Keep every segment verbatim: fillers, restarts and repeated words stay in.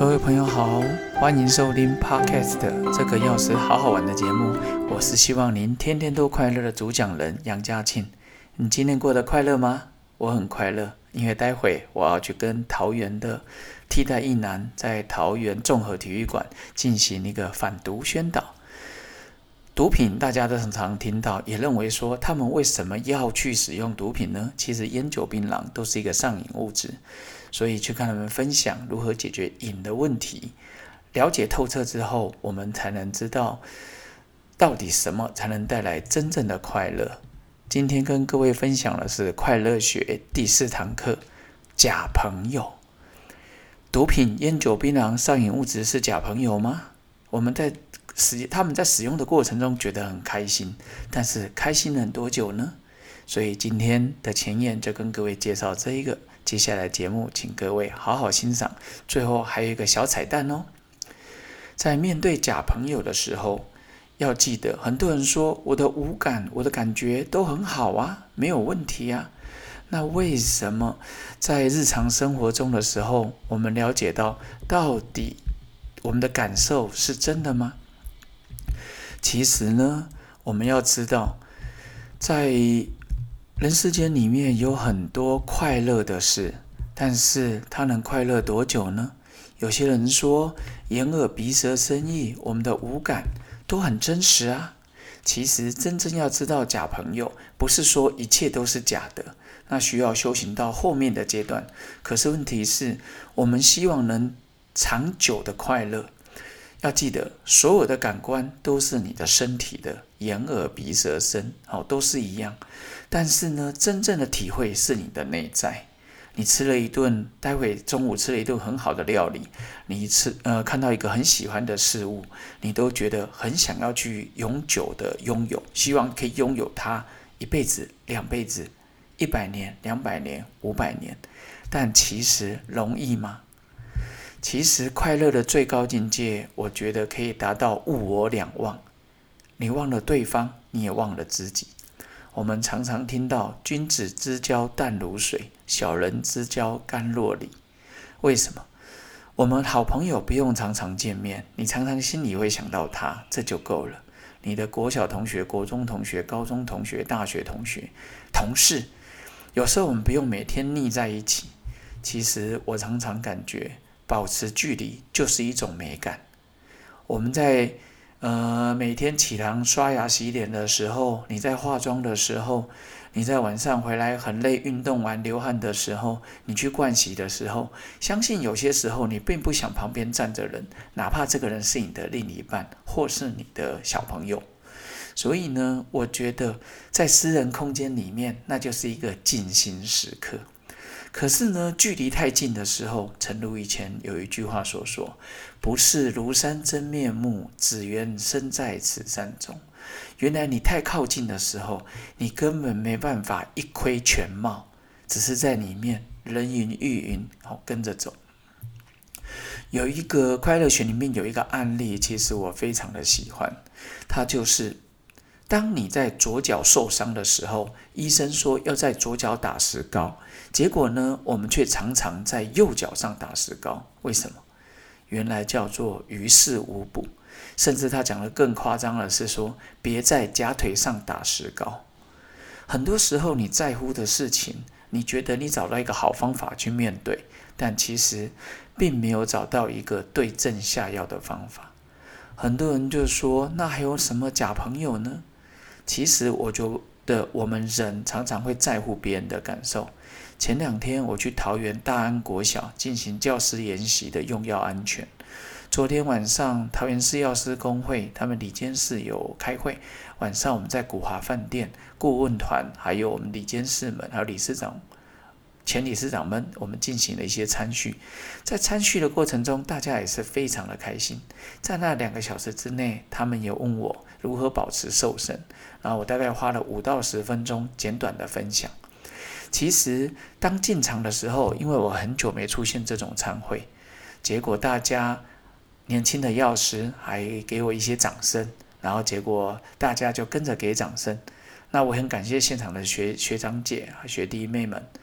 各位朋友好，欢迎收听 Podcast 这个钥匙好好玩的节目。我是希望您天天都快乐的主讲人杨家庆。你今天过得快乐吗？我很快乐，因为待会我要去跟桃园的替代役男在桃园综合体育馆进行一个反毒宣导。毒品大家都常常听到，也认为说他们为什么要去使用毒品呢？其实烟酒槟榔都是一个上瘾物质，所以去看他们分享如何解决瘾的问题，了解透彻之后，我们才能知道到底什么才能带来真正的快乐。今天跟各位分享的是快乐学第四堂课，假朋友。毒品、烟酒槟榔上瘾物质是假朋友吗？我们在使他们在使用的过程中觉得很开心，但是开心了多久呢？所以今天的前言就跟各位介绍这一个，接下来节目请各位好好欣赏。最后还有一个小彩蛋哦，在面对假朋友的时候，要记得，很多人说我的五感、我的感觉都很好啊，没有问题啊。那为什么在日常生活中的时候，我们了解到到底我们的感受是真的吗？其实呢，我们要知道，在人世间里面有很多快乐的事，但是它能快乐多久呢？有些人说眼耳鼻舌身意，我们的五感都很真实啊。其实真正要知道假朋友，不是说一切都是假的，那需要修行到后面的阶段。可是问题是，我们希望能长久的快乐。要记得，所有的感官都是你的身体的眼耳鼻舌身，哦，都是一样。但是呢，真正的体会是你的内在。你吃了一顿，待会中午吃了一顿很好的料理，你吃呃看到一个很喜欢的事物，你都觉得很想要去永久的拥有，希望可以拥有它一辈子、两辈子、一百年、两百年、五百年。但其实容易吗？其实快乐的最高境界，我觉得可以达到物我两忘。你忘了对方，你也忘了自己。我们常常听到君子之交淡如水，小人之交甘若醴。为什么？我们好朋友不用常常见面，你常常心里会想到他，这就够了。你的国小同学、国中同学、高中同学、大学同学、同事，有时候我们不用每天腻在一起。其实我常常感觉保持距离就是一种美感。我们在呃每天起床刷牙洗脸的时候，你在化妆的时候，你在晚上回来很累运动完流汗的时候，你去盥洗的时候，相信有些时候你并不想旁边站着人，哪怕这个人是你的另一半或是你的小朋友。所以呢，我觉得在私人空间里面，那就是一个静心时刻。可是呢，距离太近的时候，诚如以前有一句话所说，不是庐山真面目，只缘身在此山中。原来你太靠近的时候，你根本没办法一窥全貌，只是在里面人云亦云，好跟着走。有一个快乐学里面有一个案例，其实我非常的喜欢，它就是当你在左脚受伤的时候，医生说要在左脚打石膏，结果呢，我们却常常在右脚上打石膏。为什么？原来叫做于事无补。甚至他讲的更夸张的是说，别在假腿上打石膏。很多时候你在乎的事情，你觉得你找到一个好方法去面对，但其实并没有找到一个对症下药的方法。很多人就说，那还有什么假朋友呢？其实我觉得我们人常常会在乎别人的感受。前两天我去桃园大安国小进行教师研习的用药安全。昨天晚上桃园市药师公会他们理监事有开会，晚上我们在古华饭店顾问团还有我们理监事们还有理事长前理事长们，我们进行了一些参叙。在参叙的过程中，大家也是非常的开心。在那两个小时之内，他们也问我如何保持瘦身，然后我大概花了五到十分钟简短的分享。其实当进场的时候，因为我很久没出现这种参会，结果大家年轻的药师还给我一些掌声，然后结果大家就跟着给掌声。那我很感谢现场的学学长姐、学弟妹们。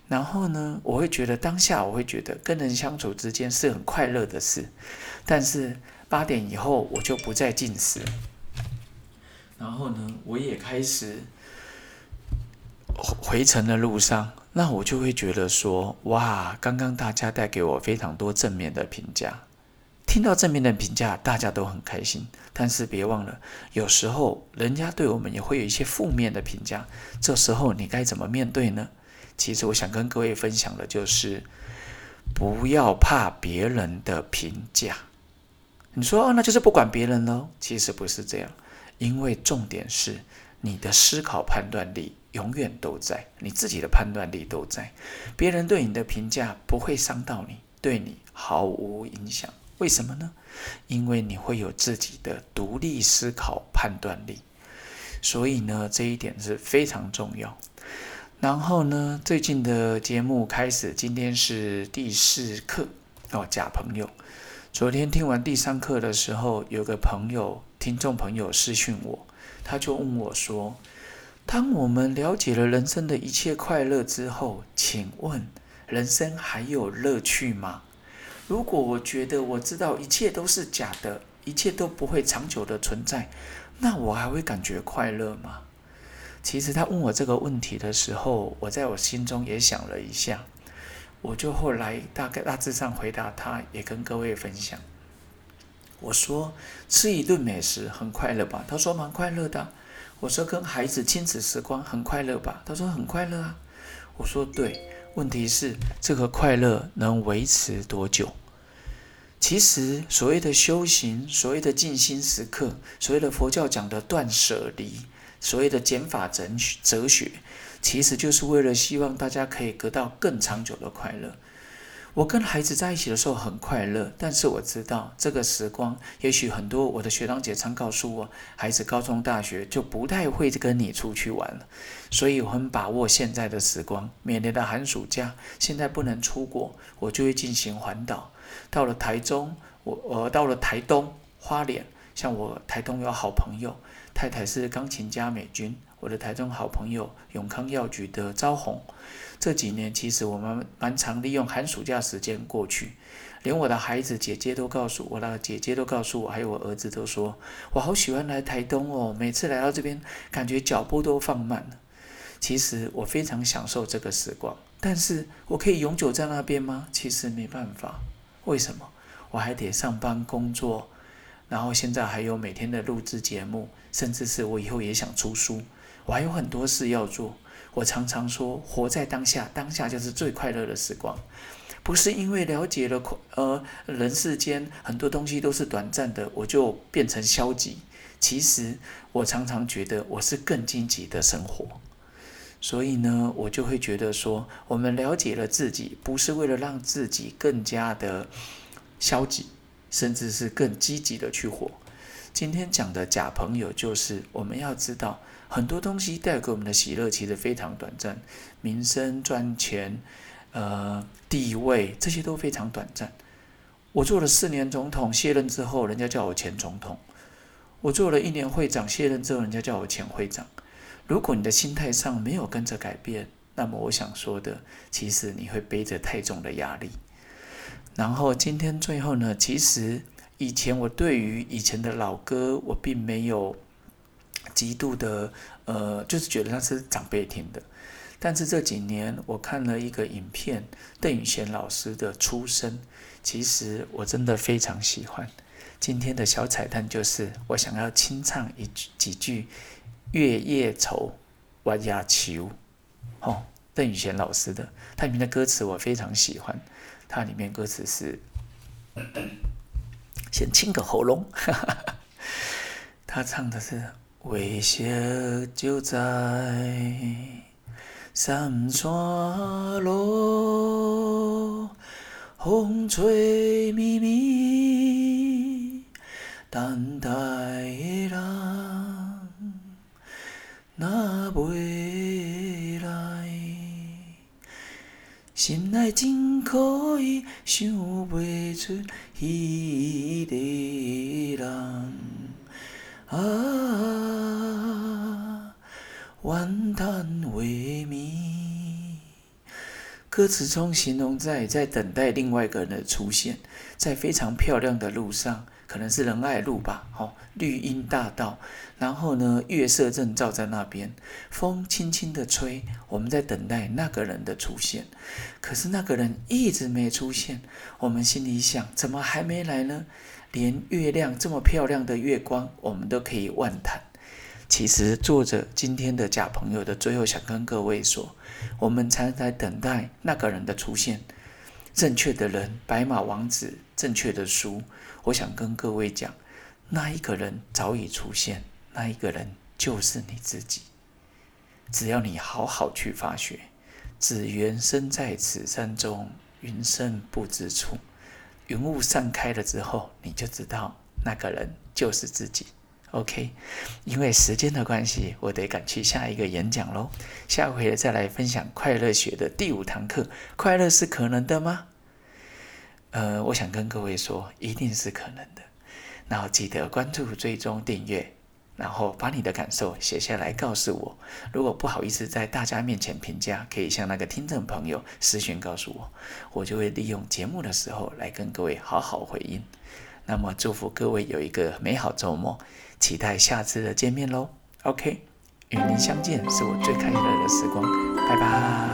然后呢，我会觉得当下我会觉得跟人相处之间是很快乐的事，但是八点以后我就不再进食，然后呢，我也开始回程的路上，那我就会觉得说，哇，刚刚大家带给我非常多正面的评价，听到正面的评价，大家都很开心。但是别忘了，有时候人家对我们也会有一些负面的评价，这时候你该怎么面对呢？其实我想跟各位分享的就是，不要怕别人的评价。你说，哦，那就是不管别人咯？其实不是这样，因为重点是你的思考判断力永远都在，你自己的判断力都在，别人对你的评价不会伤到你，对你毫无影响。为什么呢？因为你会有自己的独立思考判断力，所以呢，这一点是非常重要。然后呢，最近的节目开始，今天是第四课哦，假朋友。昨天听完第三课的时候，有个朋友，听众朋友私讯我，他就问我说：当我们了解了人生的一切快乐之后，请问人生还有乐趣吗？如果我觉得我知道一切都是假的，一切都不会长久的存在，那我还会感觉快乐吗？其实他问我这个问题的时候，我在我心中也想了一下，我就后来大概大致上回答他，也跟各位分享。我说吃一顿美食很快乐吧？他说蛮快乐的啊。我说跟孩子亲子时光很快乐吧？他说很快乐啊。我说对，问题是这个快乐能维持多久？其实所谓的修行，所谓的静心时刻，所谓的佛教讲的断舍离，所谓的减法哲学，其实就是为了希望大家可以得到更长久的快乐。我跟孩子在一起的时候很快乐，但是我知道这个时光，也许很多我的学长姐常告诉我，孩子高中大学就不太会跟你出去玩了，所以我很把握现在的时光。每年的寒暑假，现在不能出国，我就会进行环岛。到了台中，我呃到了台东、花莲，像我台东有好朋友，太太是钢琴家美君，我的台中好朋友永康药局的招红。这几年其实我们蛮常利用寒暑假时间过去，连我的孩子姐姐都告诉我，的姐姐都告诉我，还有我儿子都说，我好喜欢来台东哦，每次来到这边，感觉脚步都放慢了。其实我非常享受这个时光，但是我可以永久在那边吗？其实没办法。为什么？我还得上班工作，然后现在还有每天的录制节目，甚至是我以后也想出书，我还有很多事要做。我常常说，活在当下，当下就是最快乐的时光。不是因为了解了呃人世间很多东西都是短暂的，我就变成消极。其实我常常觉得我是更积极的生活。所以呢，我就会觉得说，我们了解了自己，不是为了让自己更加的消极，甚至是更积极的去活。今天讲的假朋友，就是我们要知道，很多东西带给我们的喜乐其实非常短暂，名声、赚钱、呃地位，这些都非常短暂。我做了四年总统，卸任之后，人家叫我前总统；我做了一年会长，卸任之后，人家叫我前会长。如果你的心态上没有跟着改变，那么我想说的，其实你会背着太重的压力。然后今天最后呢，其实以前我对于以前的老歌，我并没有极度的呃，就是觉得那是长辈听的。但是这几年我看了一个影片，邓雨贤老师的出生，其实我真的非常喜欢。今天的小彩蛋就是我想要清唱一句几句月夜愁弯呀秋，哦，邓雨贤老师的，他里面的歌词我非常喜欢。它里面歌词是，先清个喉咙，他唱的是微笑就在三川路，风吹咪咪，等待的人若袂来，心内真可以想袂出彼个人啊，怨叹画面， 歌词中形容在在等待另外一个人的出现，在非常漂亮的路上，可能是仁爱路吧，哦，绿荫大道，然后呢，月色正照在那边，风轻轻的吹，我们在等待那个人的出现。可是那个人一直没出现，我们心里想，怎么还没来呢？连月亮这么漂亮的月光，我们都可以妄谈。其实作者今天的假朋友的最后想跟各位说，我们常在等待那个人的出现，正确的人，白马王子，正确的书。我想跟各位讲，那一个人早已出现，那一个人就是你自己。只要你好好去发掘，只缘身在此山中，云深不知处。云雾散开了之后，你就知道那个人就是自己。OK， 因为时间的关系，我得赶去下一个演讲咯。下回再来分享快乐学的第五堂课。快乐是可能的吗？呃，我想跟各位说，一定是可能的。然后记得关注、追踪、订阅，然后把你的感受写下来告诉我。如果不好意思在大家面前评价，可以向那个听众朋友私讯告诉我，我就会利用节目的时候来跟各位好好回应。那么祝福各位有一个美好周末，期待下次的见面咯。OK， 与您相见是我最快乐的时光，拜拜。